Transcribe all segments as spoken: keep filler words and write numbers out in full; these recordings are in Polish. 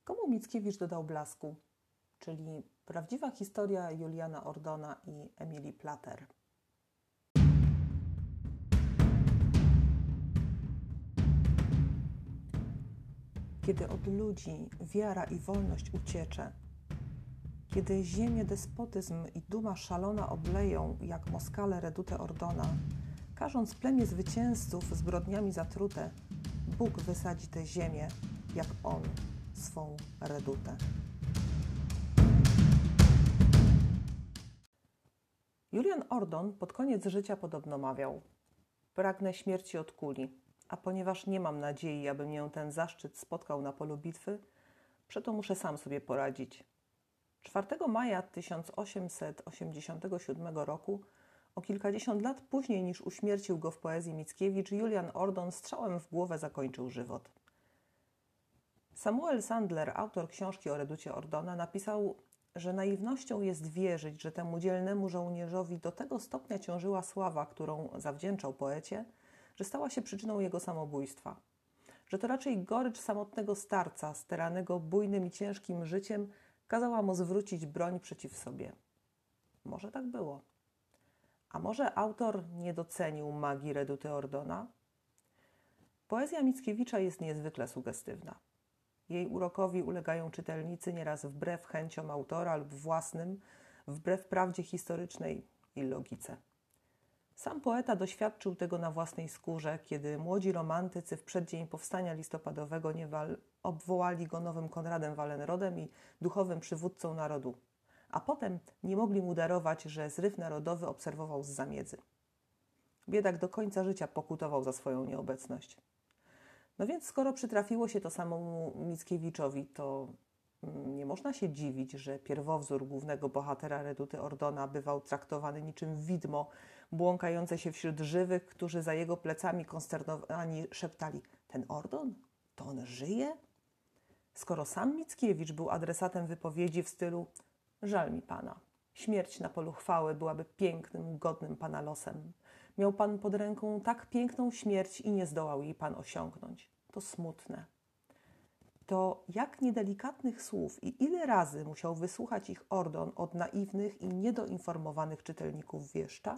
Komu Mickiewicz dodał blasku? Czyli prawdziwa historia Juliana Ordona i Emilii Plater. Kiedy od ludzi wiara i wolność uciecze, kiedy ziemię despotyzm i duma szalona obleją, jak Moskale redutę Ordona, karząc plemię zwycięzców zbrodniami zatrute, Bóg wysadzi tę ziemię, jak On swą redutę. Julian Ordon pod koniec życia podobno mawiał: pragnę śmierci od kuli, a ponieważ nie mam nadziei, aby mnie ten zaszczyt spotkał na polu bitwy, przeto muszę sam sobie poradzić. czwartego maja tysiąc osiemset osiemdziesiątego siódmego roku, o kilkadziesiąt lat później niż uśmiercił go w poezji Mickiewicz, Julian Ordon strzałem w głowę zakończył żywot. Samuel Sandler, autor książki o reducie Ordona, napisał, że naiwnością jest wierzyć, że temu dzielnemu żołnierzowi do tego stopnia ciążyła sława, którą zawdzięczał poecie, że stała się przyczyną jego samobójstwa. Że to raczej gorycz samotnego starca, steranego bujnym i ciężkim życiem, kazała mu zwrócić broń przeciw sobie. Może tak było. A może autor nie docenił magii reduty Ordona? Poezja Mickiewicza jest niezwykle sugestywna. Jej urokowi ulegają czytelnicy nieraz wbrew chęciom autora lub własnym, wbrew prawdzie historycznej i logice. Sam poeta doświadczył tego na własnej skórze, kiedy młodzi romantycy w przeddzień powstania listopadowego niewal obwołali go nowym Konradem Wallenrodem i duchowym przywódcą narodu, a potem nie mogli mu darować, że zryw narodowy obserwował zza miedzy. Biedak do końca życia pokutował za swoją nieobecność. No więc skoro przytrafiło się to samemu Mickiewiczowi, to nie można się dziwić, że pierwowzór głównego bohatera reduty Ordona bywał traktowany niczym widmo błąkające się wśród żywych, którzy za jego plecami konsternowani szeptali: ten Ordon? To on żyje? Skoro sam Mickiewicz był adresatem wypowiedzi w stylu: żal mi pana, śmierć na polu chwały byłaby pięknym, godnym pana losem. Miał pan pod ręką tak piękną śmierć i nie zdołał jej pan osiągnąć. To smutne. To jak niedelikatnych słów i ile razy musiał wysłuchać ich Ordon od naiwnych i niedoinformowanych czytelników wieszcza?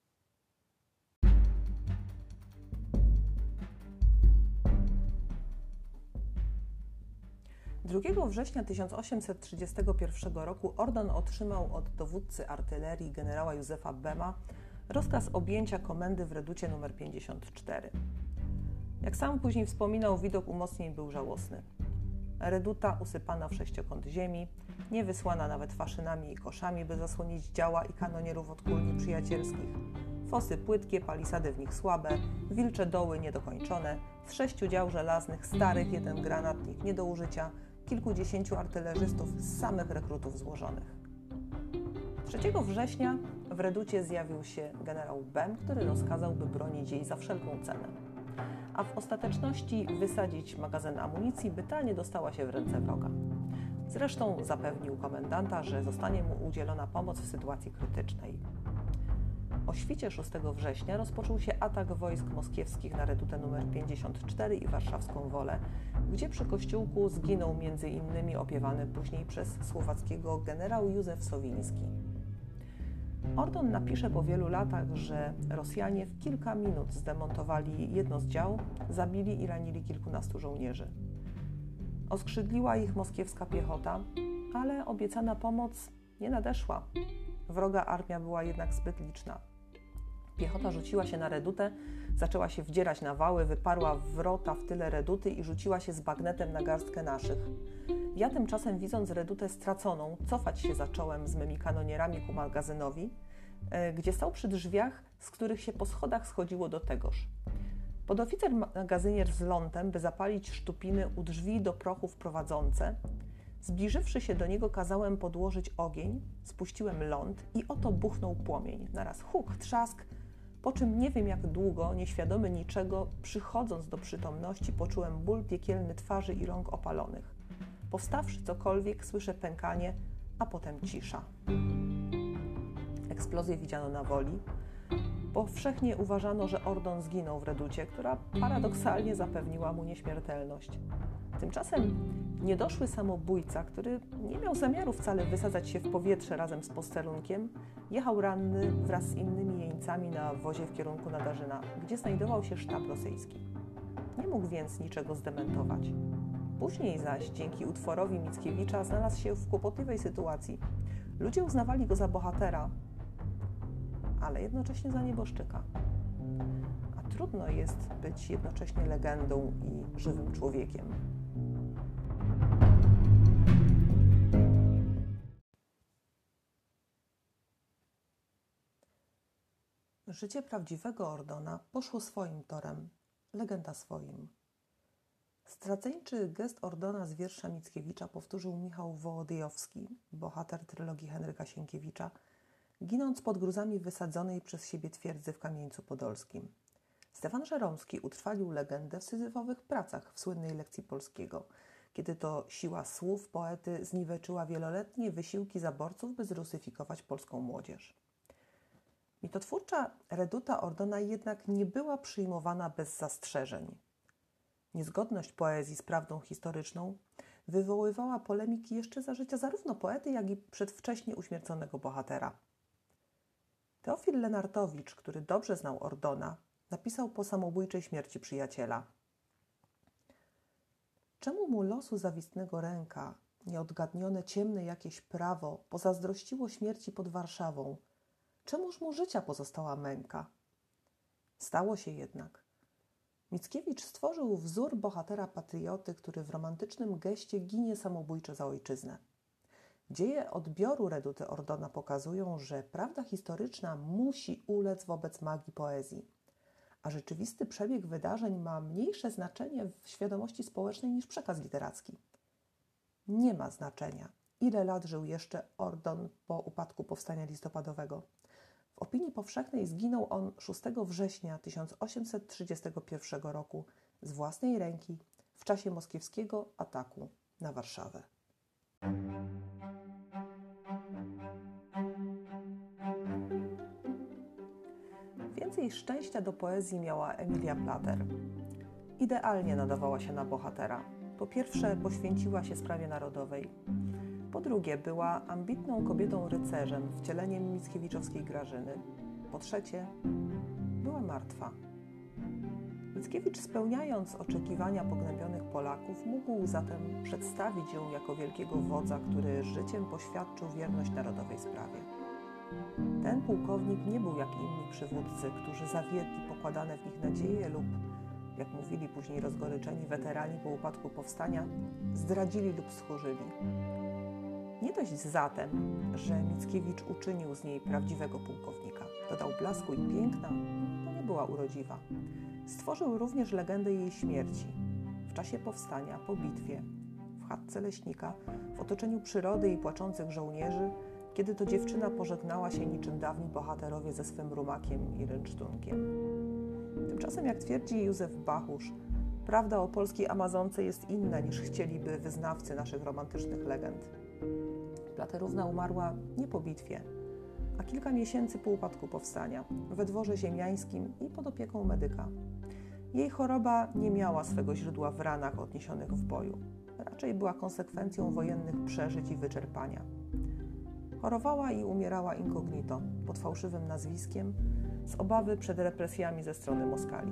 drugiego września tysiąc osiemset trzydziestego pierwszego roku Ordon otrzymał od dowódcy artylerii generała Józefa Bema rozkaz objęcia komendy w reducie numer pięćdziesiąt cztery. Jak sam później wspominał, widok umocnień był żałosny. Reduta usypana w sześciokąt ziemi, nie wysłana nawet faszynami i koszami, by zasłonić działa i kanonierów od kul nieprzyjacielskich. Fosy płytkie, palisady w nich słabe, wilcze doły niedokończone, z sześciu dział żelaznych, starych, jeden granatnik nie do użycia, kilkudziesięciu artylerzystów z samych rekrutów złożonych. trzeciego września w reducie zjawił się generał Bem, który rozkazał, by bronić jej za wszelką cenę, a w ostateczności wysadzić magazyn amunicji, by ta nie dostała się w ręce wroga. Zresztą zapewnił komendanta, że zostanie mu udzielona pomoc w sytuacji krytycznej. O świcie szóstego września rozpoczął się atak wojsk moskiewskich na redutę numer pięćdziesiąt cztery i warszawską Wolę, gdzie przy kościółku zginął między innymi opiewany później przez słowackiego generał Józef Sowiński. Ordon napisze po wielu latach, że Rosjanie w kilka minut zdemontowali jedno z dział, zabili i ranili kilkunastu żołnierzy. Oskrzydliła ich moskiewska piechota, ale obiecana pomoc nie nadeszła. Wroga armia była jednak zbyt liczna. Piechota rzuciła się na redutę, zaczęła się wdzierać na wały, wyparła wrota w tyle reduty i rzuciła się z bagnetem na garstkę naszych. Ja tymczasem, widząc redutę straconą, cofać się zacząłem z mymi kanonierami ku magazynowi, gdzie stał przy drzwiach, z których się po schodach schodziło do tegoż. Podoficer magazynier z lątem, by zapalić sztupiny u drzwi do prochów prowadzące, zbliżywszy się do niego, kazałem podłożyć ogień, spuściłem ląd i oto buchnął płomień. Naraz huk, trzask, po czym nie wiem jak długo, nieświadomy niczego, przychodząc do przytomności, poczułem ból piekielny twarzy i rąk opalonych. Powstawszy cokolwiek, słyszę pękanie, a potem cisza. Eksplozję widziano na Woli. Powszechnie uważano, że Ordon zginął w reducie, która paradoksalnie zapewniła mu nieśmiertelność. Tymczasem Niedoszły samobójca, który nie miał zamiaru wcale wysadzać się w powietrze razem z posterunkiem, jechał ranny wraz z innymi jeńcami na wozie w kierunku Nadarzyna, gdzie znajdował się sztab rosyjski. Nie mógł więc niczego zdementować. Później zaś, dzięki utworowi Mickiewicza, znalazł się w kłopotliwej sytuacji. Ludzie uznawali go za bohatera, ale jednocześnie za nieboszczyka. A trudno jest być jednocześnie legendą i żywym człowiekiem. Życie prawdziwego Ordona poszło swoim torem, legenda swoim. Zdradzeńczy gest Ordona z wiersza Mickiewicza powtórzył Michał Wołodyjowski, bohater trylogii Henryka Sienkiewicza, ginąc pod gruzami wysadzonej przez siebie twierdzy w Kamieńcu Podolskim. Stefan Żeromski utrwalił legendę w syzyfowych pracach w słynnej lekcji polskiego, kiedy to siła słów poety zniweczyła wieloletnie wysiłki zaborców, by zrusyfikować polską młodzież. Mitotwórcza reduta Ordona jednak nie była przyjmowana bez zastrzeżeń. Niezgodność poezji z prawdą historyczną wywoływała polemiki jeszcze za życia zarówno poety, jak i przedwcześnie uśmierconego bohatera. Teofil Lenartowicz, który dobrze znał Ordona, napisał po samobójczej śmierci przyjaciela: czemu mu losu zawistnego ręka, nieodgadnione ciemne jakieś prawo, pozazdrościło śmierci pod Warszawą? Czemuż mu życia pozostała męka? Stało się jednak. Mickiewicz stworzył wzór bohatera patrioty, który w romantycznym geście ginie samobójczo za ojczyznę. Dzieje odbioru reduty Ordona pokazują, że prawda historyczna musi ulec wobec magii poezji, a rzeczywisty przebieg wydarzeń ma mniejsze znaczenie w świadomości społecznej niż przekaz literacki. Nie ma znaczenia, ile lat żył jeszcze Ordon po upadku powstania listopadowego. W opinii powszechnej zginął on szóstego września tysiąc osiemset trzydziestego pierwszego roku z własnej ręki w czasie moskiewskiego ataku na Warszawę. Więcej szczęścia do poezji miała Emilia Plater. Idealnie nadawała się na bohatera. Po pierwsze, poświęciła się sprawie narodowej. Po drugie, była ambitną kobietą rycerzem, wcieleniem mickiewiczowskiej Grażyny. Po trzecie, była martwa. Mickiewicz, spełniając oczekiwania pognębionych Polaków, mógł zatem przedstawić ją jako wielkiego wodza, który życiem poświadczył wierność narodowej sprawie. Ten pułkownik nie był jak inni przywódcy, którzy zawiedli pokładane w nich nadzieje lub, jak mówili później rozgoryczeni weterani po upadku powstania, zdradzili lub schorzyli. Nie dość zatem, że Mickiewicz uczynił z niej prawdziwego pułkownika. Dodał blasku i piękna, bo nie była urodziwa. Stworzył również legendę jej śmierci. W czasie powstania, po bitwie, w chatce leśnika, w otoczeniu przyrody i płaczących żołnierzy, kiedy to dziewczyna pożegnała się niczym dawni bohaterowie ze swym rumakiem i rynsztunkiem. Tymczasem, jak twierdzi Józef Bachusz, prawda o polskiej Amazonce jest inna niż chcieliby wyznawcy naszych romantycznych legend. Platerówna umarła nie po bitwie, a kilka miesięcy po upadku powstania, we dworze ziemiańskim i pod opieką medyka. Jej choroba nie miała swego źródła w ranach odniesionych w boju. Raczej była konsekwencją wojennych przeżyć i wyczerpania. Chorowała i umierała incognito, pod fałszywym nazwiskiem, z obawy przed represjami ze strony Moskali.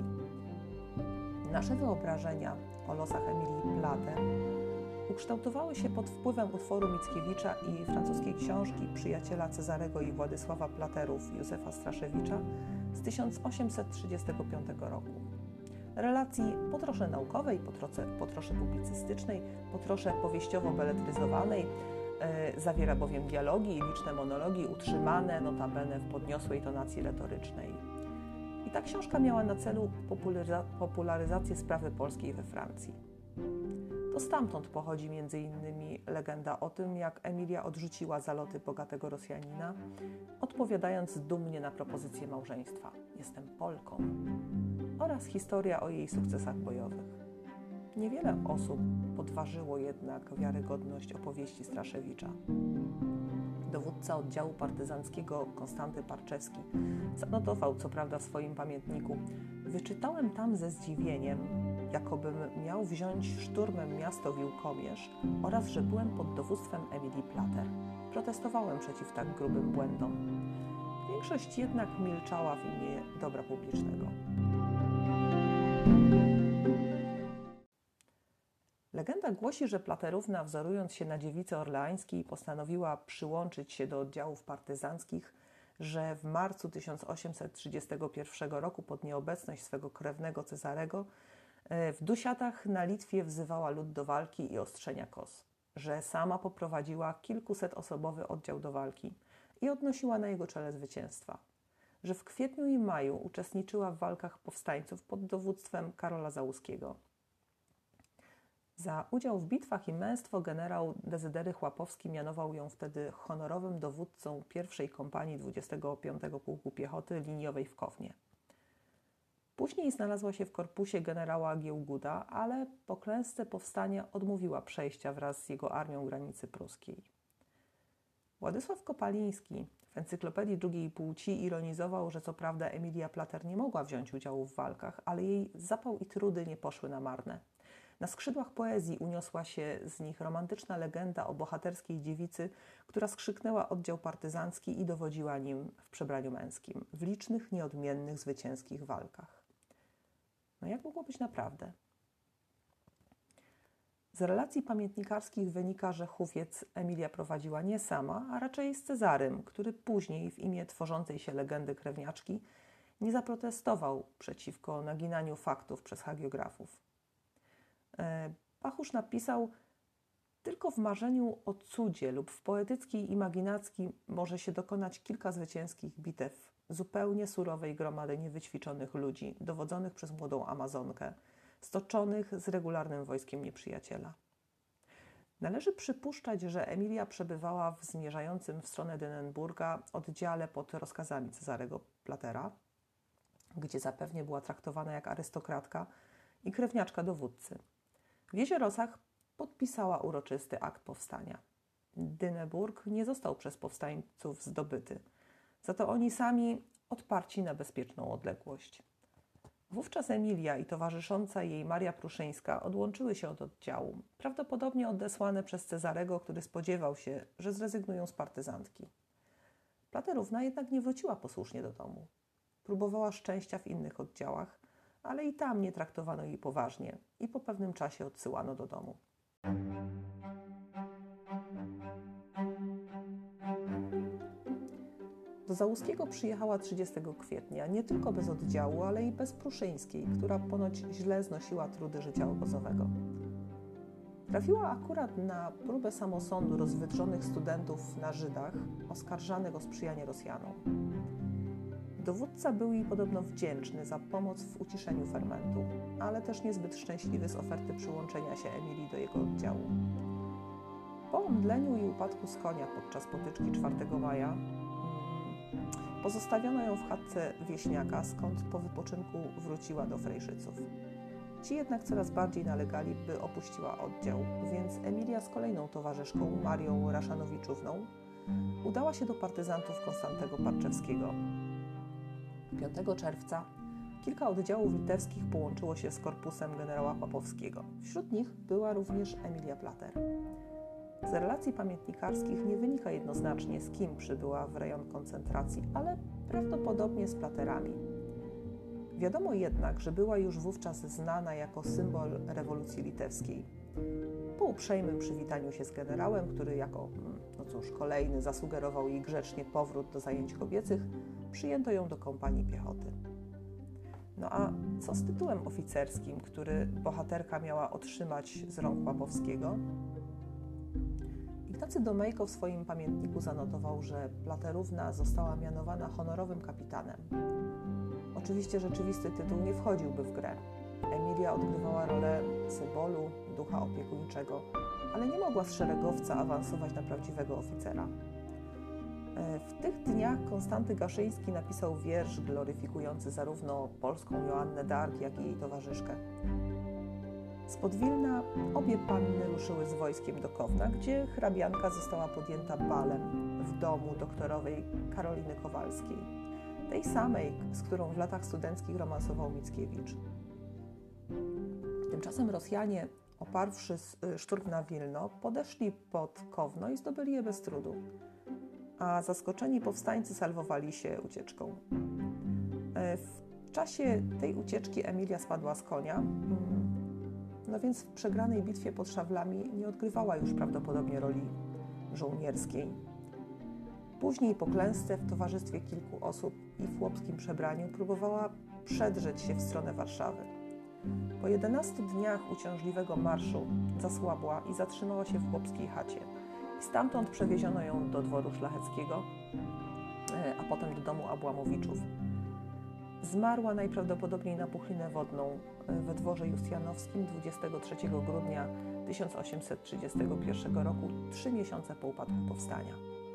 Nasze wyobrażenia o losach Emilii Plater ukształtowały się pod wpływem utworu Mickiewicza i francuskiej książki przyjaciela Cezarego i Władysława Platerów Józefa Straszewicza z tysiąc osiemset trzydziestego piątego roku. Relacji po trosze naukowej, po trosze, po trosze publicystycznej, po trosze powieściowo-beletryzowanej, yy, zawiera bowiem dialogi i liczne monologi utrzymane notabene w podniosłej tonacji retorycznej. I ta książka miała na celu popularyza- popularyzację sprawy polskiej we Francji. To stamtąd pochodzi między innymi legenda o tym, jak Emilia odrzuciła zaloty bogatego Rosjanina, odpowiadając dumnie na propozycję małżeństwa: jestem Polką, oraz historia o jej sukcesach bojowych. Niewiele osób podważyło jednak wiarygodność opowieści Straszewicza. Dowódca oddziału partyzanckiego Konstanty Parczewski zanotował co prawda w swoim pamiętniku: wyczytałem tam ze zdziwieniem, jakobym miał wziąć szturmem miasto Wiłkomierz oraz że byłem pod dowództwem Emilii Plater. Protestowałem przeciw tak grubym błędom. Większość jednak milczała w imię dobra publicznego. Legenda głosi, że Platerówna, wzorując się na dziewicy orleańskiej, postanowiła przyłączyć się do oddziałów partyzanckich, że w marcu tysiąc osiemset trzydziestego pierwszego roku pod nieobecność swego krewnego Cezarego w Dusiatach na Litwie wzywała lud do walki i ostrzenia kos, że sama poprowadziła kilkusetosobowy oddział do walki i odnosiła na jego czele zwycięstwa, że w kwietniu i maju uczestniczyła w walkach powstańców pod dowództwem Karola Załuskiego. Za udział w bitwach i męstwo generał Dezydery Chłapowski mianował ją wtedy honorowym dowódcą pierwszej kompanii dwudziestego piątego Pułku Piechoty Liniowej w Kownie. Później znalazła się w korpusie generała Giełguda, ale po klęsce powstania odmówiła przejścia wraz z jego armią granicy pruskiej. Władysław Kopaliński w Encyklopedii Drugiej Płci ironizował, że co prawda Emilia Plater nie mogła wziąć udziału w walkach, ale jej zapał i trudy nie poszły na marne. Na skrzydłach poezji uniosła się z nich romantyczna legenda o bohaterskiej dziewicy, która skrzyknęła oddział partyzancki i dowodziła nim w przebraniu męskim, w licznych, nieodmiennych, zwycięskich walkach. No jak mogło być naprawdę? Z relacji pamiętnikarskich wynika, że chówiec Emilia prowadziła nie sama, a raczej z Cezarym, który później w imię tworzącej się legendy krewniaczki nie zaprotestował przeciwko naginaniu faktów przez hagiografów. Bachusz napisał: tylko w marzeniu o cudzie lub w poetyckiej imaginacji może się dokonać kilka zwycięskich bitew zupełnie surowej gromady niewyćwiczonych ludzi, dowodzonych przez młodą Amazonkę, stoczonych z regularnym wojskiem nieprzyjaciela. Należy przypuszczać, że Emilia przebywała w zmierzającym w stronę Dynenburga oddziale pod rozkazami Cezarego Platera, gdzie zapewne była traktowana jak arystokratka i krewniaczka dowódcy. W Jezierosach podpisała uroczysty akt powstania. Dyneburg nie został przez powstańców zdobyty, za to oni sami odparci na bezpieczną odległość. Wówczas Emilia i towarzysząca jej Maria Pruszyńska odłączyły się od oddziału, prawdopodobnie odesłane przez Cezarego, który spodziewał się, że zrezygnują z partyzantki. Platerówna jednak nie wróciła posłusznie do domu. Próbowała szczęścia w innych oddziałach, ale i tam nie traktowano jej poważnie i po pewnym czasie odsyłano do domu. Do Załuskiego przyjechała trzydziestego kwietnia, nie tylko bez oddziału, ale i bez Pruszyńskiej, która ponoć źle znosiła trudy życia obozowego. Trafiła akurat na próbę samosądu rozwydrzonych studentów na Żydach, oskarżanych o sprzyjanie Rosjanom. Dowódca był jej podobno wdzięczny za pomoc w uciszeniu fermentu, ale też niezbyt szczęśliwy z oferty przyłączenia się Emilii do jego oddziału. Po omdleniu i upadku z konia podczas potyczki czwartego maja pozostawiono ją w chatce wieśniaka, skąd po wypoczynku wróciła do Frejszyców. Ci jednak coraz bardziej nalegali, by opuściła oddział, więc Emilia z kolejną towarzyszką, Marią Raszanowiczówną, udała się do partyzantów Konstantego Parczewskiego. piątego czerwca kilka oddziałów litewskich połączyło się z korpusem generała Chłapowskiego. Wśród nich była również Emilia Plater. Z relacji pamiętnikarskich nie wynika jednoznacznie, z kim przybyła w rejon koncentracji, ale prawdopodobnie z Platerami. Wiadomo jednak, że była już wówczas znana jako symbol rewolucji litewskiej. Po uprzejmym przywitaniu się z generałem, który jako, no cóż, kolejny zasugerował jej grzecznie powrót do zajęć kobiecych, przyjęto ją do kompanii piechoty. No a co z tytułem oficerskim, który bohaterka miała otrzymać z rąk Chłapowskiego? Ignacy Domejko w swoim pamiętniku zanotował, że Platerówna została mianowana honorowym kapitanem. Oczywiście rzeczywisty tytuł nie wchodziłby w grę. Emilia odgrywała rolę symbolu, ducha opiekuńczego, ale nie mogła z szeregowca awansować na prawdziwego oficera. W tych dniach Konstanty Gaszyński napisał wiersz gloryfikujący zarówno polską Joannę d'Arc, jak i jej towarzyszkę. Spod Wilna obie panny ruszyły z wojskiem do Kowna, gdzie hrabianka została podjęta balem w domu doktorowej Karoliny Kowalskiej, tej samej, z którą w latach studenckich romansował Mickiewicz. Tymczasem Rosjanie, oparwszy szturm na Wilno, podeszli pod Kowno i zdobyli je bez trudu, a zaskoczeni powstańcy salwowali się ucieczką. W czasie tej ucieczki Emilia spadła z konia, no więc w przegranej bitwie pod Szawlami nie odgrywała już prawdopodobnie roli żołnierskiej. Później po klęsce w towarzystwie kilku osób i w chłopskim przebraniu próbowała przedrzeć się w stronę Warszawy. Po jedenastu dniach uciążliwego marszu zasłabła i zatrzymała się w chłopskiej chacie. I stamtąd przewieziono ją do dworu szlacheckiego, a potem do domu Abłamowiczów. Zmarła najprawdopodobniej na puchlinę wodną we dworze Justianowskim dwudziestego trzeciego grudnia tysiąc osiemset trzydziestego pierwszego roku, trzy miesiące po upadku powstania.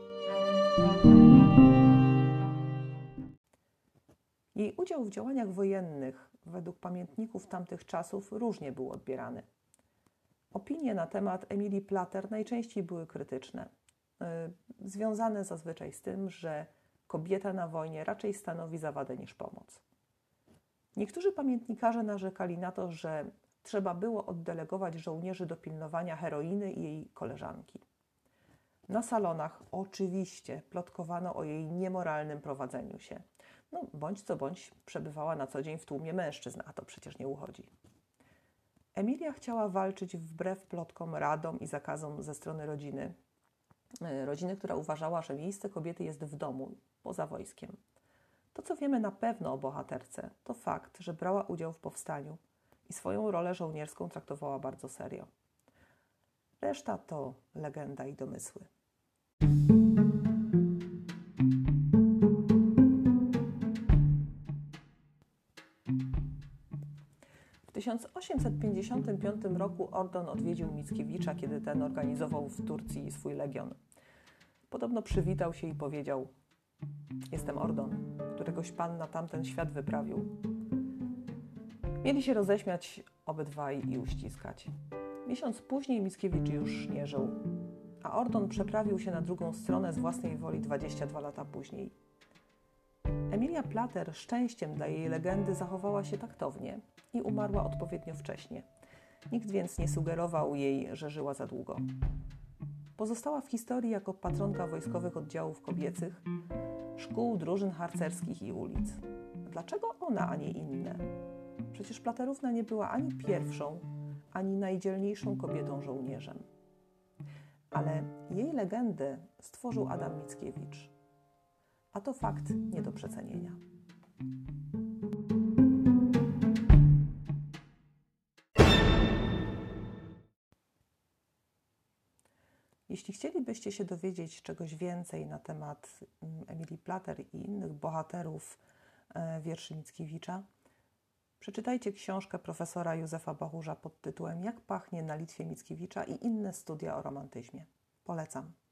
Jej udział w działaniach wojennych według pamiętników tamtych czasów różnie był odbierany. Opinie na temat Emilii Plater najczęściej były krytyczne, yy, związane zazwyczaj z tym, że kobieta na wojnie raczej stanowi zawadę niż pomoc. Niektórzy pamiętnikarze narzekali na to, że trzeba było oddelegować żołnierzy do pilnowania heroiny i jej koleżanki. Na salonach oczywiście plotkowano o jej niemoralnym prowadzeniu się. No, bądź co bądź przebywała na co dzień w tłumie mężczyzn, a to przecież nie uchodzi. Emilia chciała walczyć wbrew plotkom, radom i zakazom ze strony rodziny. Rodziny, która uważała, że miejsce kobiety jest w domu, poza wojskiem. To, co wiemy na pewno o bohaterce, to fakt, że brała udział w powstaniu i swoją rolę żołnierską traktowała bardzo serio. Reszta to legenda i domysły. W tysiąc osiemset pięćdziesiątym piątym roku Ordon odwiedził Mickiewicza, kiedy ten organizował w Turcji swój legion. Podobno przywitał się i powiedział: „Jestem Ordon, któregoś pan na tamten świat wyprawił”. Mieli się roześmiać obydwaj i uściskać. Miesiąc później Mickiewicz już nie żył, a Ordon przeprawił się na drugą stronę z własnej woli dwadzieścia dwa lata później. Emilia Plater szczęściem dla jej legendy zachowała się taktownie i umarła odpowiednio wcześnie. Nikt więc nie sugerował jej, że żyła za długo. Pozostała w historii jako patronka wojskowych oddziałów kobiecych, szkół, drużyn harcerskich i ulic. Dlaczego ona, a nie inne? Przecież Platerówna nie była ani pierwszą, ani najdzielniejszą kobietą żołnierzem. Ale jej legendę stworzył Adam Mickiewicz. A to fakt nie do przecenienia. Jeśli chcielibyście się dowiedzieć czegoś więcej na temat Emilii Plater i innych bohaterów wierszy Mickiewicza, przeczytajcie książkę profesora Józefa Bachurza pod tytułem „Jak pachnie na Litwie Mickiewicza i inne studia o romantyzmie”. Polecam.